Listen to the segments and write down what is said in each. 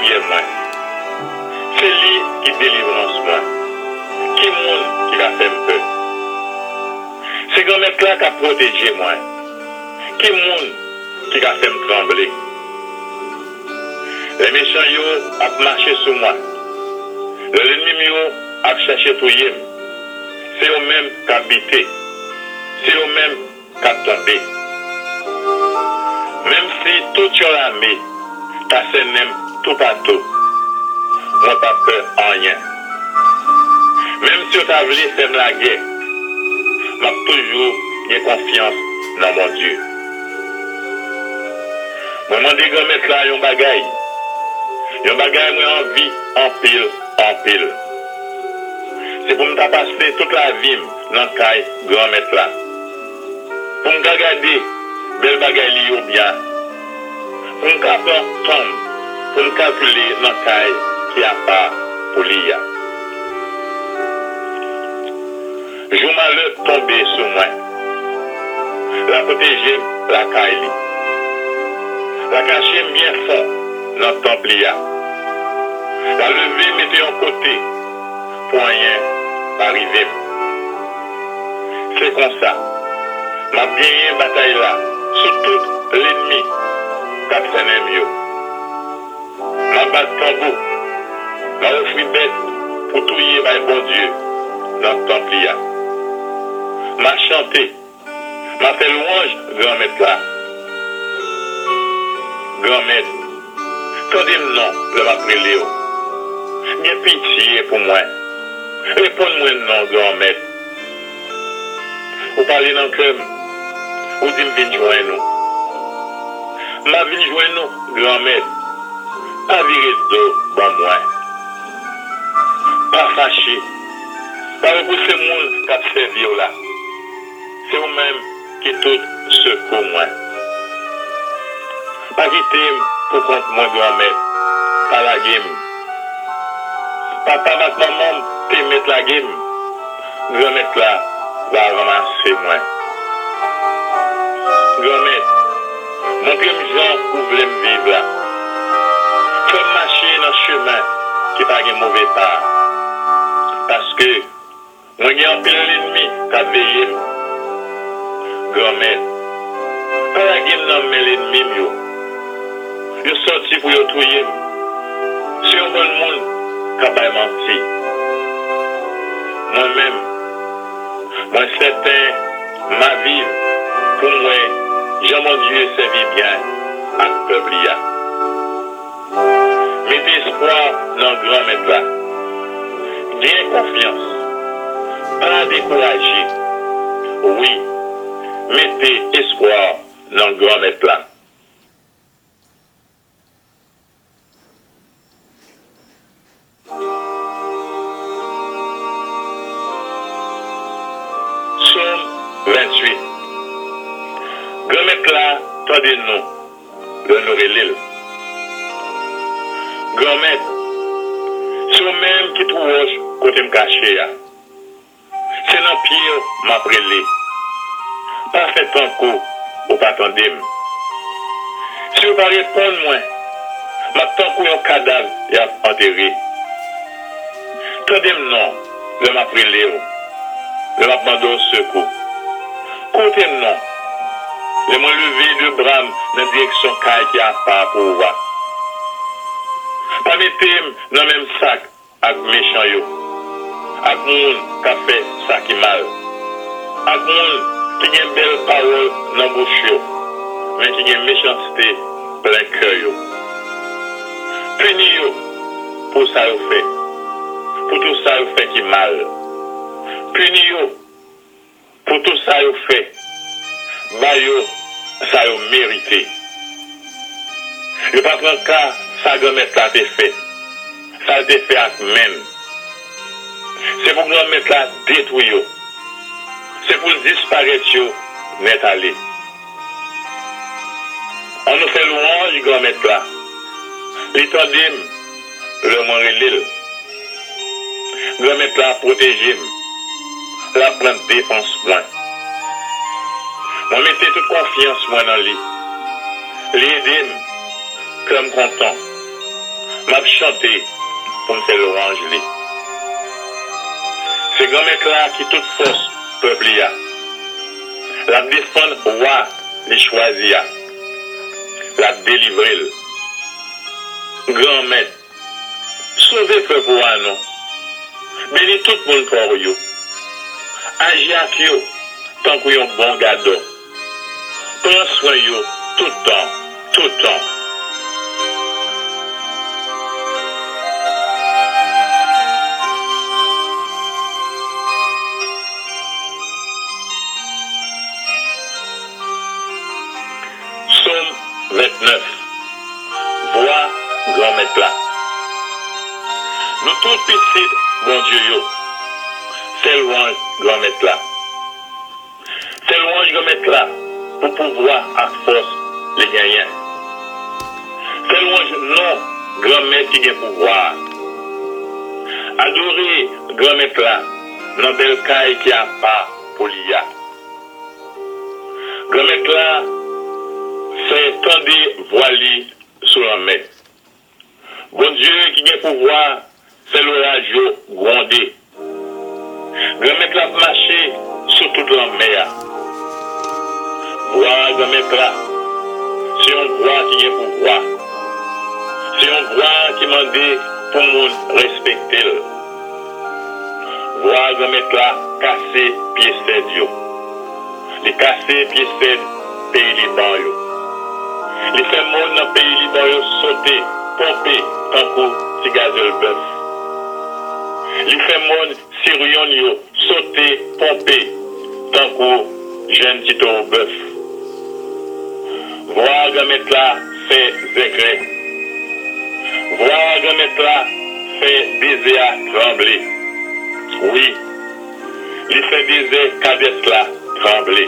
prière moi. C'est lui qui délivrance moi. Qui monde qui va faire peur. C'est grand-mère là qui a protégé moi. Qui monde qui va faire me trembler. Les méchants yo a marché sur moi. L'ennemi yo a cherché tout yem. C'est eux-mêmes qui habité. C'est eux-mêmes qui attendent. Même si tout est l'armée, ta scène tout partout, moi pas peur en rien. Même si tu as voulu faire la guerre, moi toujours j'ai confiance dans mon Dieu. Moi je dis grand-mère là un bagaille. Un bagaille moi envie en pile. C'est pour me passer toute la vie dans le caille grand-mère là. Pour me regarder belle bagaille li bien. Pour me prendre tombe, pour me calculer dans le caille qui a pas pour l'IA. Je m'allais tomber sur moi. La protéger, la caille. La cacher bien fort dans le temple. La lever, mettez en côté pour rien arriver. C'est comme ça. Ma bien bataille là, sur tout l'ennemi, capitaine mieux. Ma batte tambour, ma offre bête pour tout y est bon Dieu dans le temple. Ma chanté, ma fait louange, grand-maître là. Grand-maître, tendez-moi non, le m'appelle Léo. J'ai pitié pour moi. Réponds-moi non, grand-maître. Vous parlez dans le cœur, vous dites venez joindre nous. Ma vie joindre nous, grand-maître. Pas virer d'eau, bon moi. Pas fâché. Pas repousser le monde qui a servi là. C'est vous-même qui tout secoue moi. Pas quitter pour contre moi grand-mère. Pas la game. Papa, maman, te mettre la game. Grand-mère là va ramasser moi. Grand-mère, montrez-moi Jean où vous voulez me vivre là. Faites marcher dans le chemin qui n'a pas de mauvais pas. Parce que moi j'ai un peu l'ennemi qui a veillé. Grand-mère, pas la game dans l'ennemi mieux. Je suis sorti pour y trouver. C'est un bon monde qui n'a pas menti. Moi-même, moi certain, ma vie, pour moi, Jean mon Dieu servi bien à ce peuple. Mettez espoir dans le grand maître là. Gagnez confiance. Pas décourager. Oui, mettez espoir dans le grand maître là. Psaume 28. Grand-mère là, tendez-nous, l'honorer l'île. Grand-mère, c'est vous-même qui trouve côté me cacher. C'est dans le pied m'a brûlé. Pas fait ton coup, ou pas attendez. Si vous ne répondez pas moi, maintenant qu'on a un cadavre et à enterrer. Tendez-moi non, le m'a brûlé. Le m'a demandé au secours. Côté-moi non. Je m'ai levé de bras dans la direction qui a pas pour voir. Pas mettre dans le même sac avec méchant yo. Avec moun qui a fait ça qui mal. Avec moun qui a une belle parole dans la bouche yo. Mais qui a une méchanceté plein cœur yo. Puni yo pour ça yo fait. Pour tout ça yo fait qui mal. Puni yo pour tout ça yo fait. Ba yo, ça yo mérité. Je pas prendre cas, ça grand-mère là t'est fait. Ça t'est fait avec même. C'est pour grand-mère là détruire yo. C'est pour disparaître yo, net aller. On nous fait louange grand-mère là. L'étendime, le mon l'île. Grand-mère là protéger. La prendre défense moi. Moi mettez toute confiance moi dans lui. L'aider comme content. m'a chanté pour me faire l'orange. C'est grand-mère là qui toute force peuple y a. La défendre roi les choisir. La délivrer. Grand-mère, sauvez peuple roi non. Bénis tout le monde pour vous. Agis à vous tant que vous un bon gado. Prends soin de vous tout le temps, tout le temps. Psaume 29. Voix grand-mère là. Nous tous petits, bon Dieu, c'est louange grand-mère là. C'est louange grand-mère là pour pouvoir à force les gagner. C'est louange non grand-mère qui a pouvoir. Adorer grand-mère là dans bel caille qui a pas pour l'IA. Grand-mère là, c'est tendre voile sur la mer. Bon Dieu qui a pouvoir, c'est l'orage grondé. Grand-mère là marcher sur toute la mer. Voir grand-mère là, c'est un voix qui a pouvoir. C'est un voix qui m'a dit pour nous respecter. Voir grand-mère là, casser pieds cèdres. Les casser pieds cèdres, pays Liban. Les faire monde dans le pays Liban sauter, pomper, tant que si gazelle bœuf. Les faire monde syriens sauter, pomper, tant que jeune petit bœuf. Voir grand-mère là, fait zécré. Voir grand-mère là, fait baiser à trembler. Oui, il fait baiser cadette là, trembler.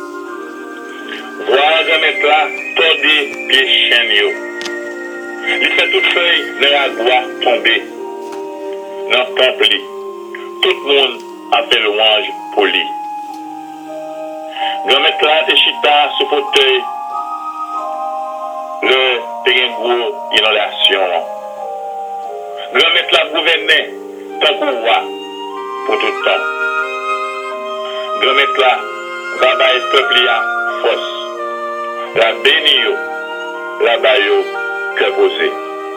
Voir grand-mère là, tordé pieds chien. Il fait toute feuille dans la bois tomber. Dans le temple, tout le monde a fait louange pour lui. Grand-mère là, t'es chita sur fauteuil. Le Téringou inondation. Grand-mère la gouvernait tant qu'on voit pour tout le temps. Grand-mère là, va et peuple à force. La bénio, la bayo, que posé.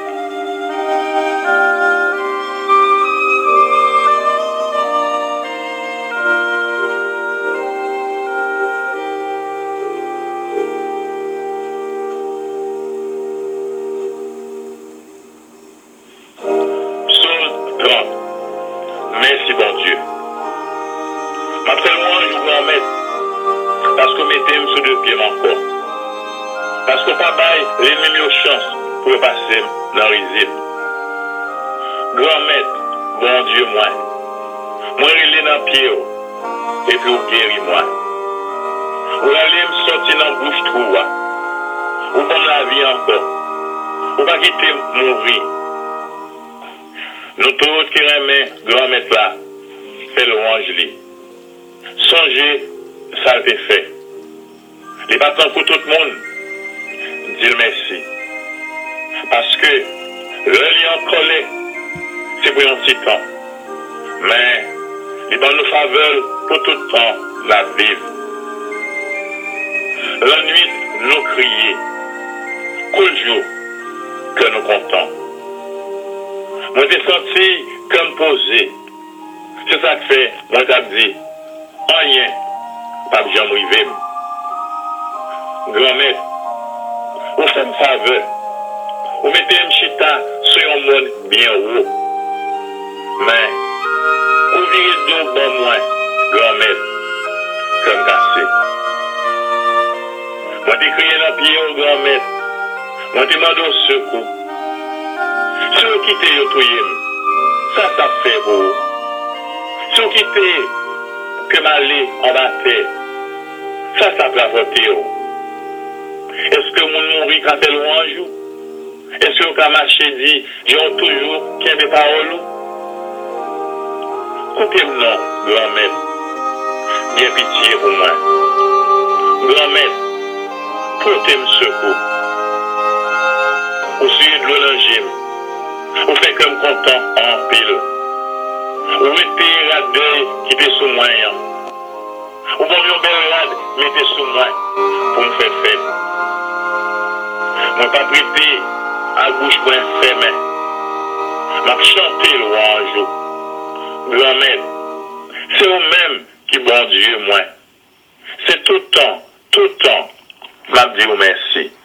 Merci bon Dieu. Ma très loin, je vous en mettre. Parce que mettez-moi sur deux pieds encore. Parce que papa, l'ennemi a chance pour passer dans la risible. Grand maître, bon Dieu, moi. Moi, il est dans le pied. Et puis, vous guéris moi. Vous allez me sortir dans la bouche trou. Vous prenez la vie encore. Vous ne pas quitter mourir. Nous tous qui remet grand maître là, fait louange lui. Songez, ça a été fait. Les battants pour tout le monde, dis merci. Parce que le lien collé, c'est pour un petit temps. Mais les bonnes nous faveurs pour tout le temps la vivre. La nuit, nous crier. Cool jour que nous comptons. Moi, j'ai senti comme posé. C'est ça que fait, moi, j'ai dit, rien, pas besoin de river. Grand-mère, vous faites une faveur. Vous mettez un chita sur un monde bien haut. Mais, vous virez donc bon moi, grand-mère, comme cassé. Moi, j'ai crié dans le pied au grand-mère. Moi, j'ai demandé au secours. Si vous quittez le tuyem, ça fait pour vous. Si vous quittez que m'aller en bataille, ça va voter. Est-ce que vous mourrez quand elle louange? Est-ce que vous avez marché dit, j'ai toujours qui a des paroles? Coupez-moi non, grand-mère. Bien pitié pour moi. Grand-mère, portez-moi secours. Au sujet de l'olangime. fait content en pile. Ou mettez la deuil qui était sous moi. Ou bon, yon belle rade, mettez sous moi pour me faire fête. Moi pas prêté à bouche pour un fermé. M'a chanté louange. Grand maître, c'est vous-même qui bon Dieu, moi. C'est tout le temps, m'a dit merci.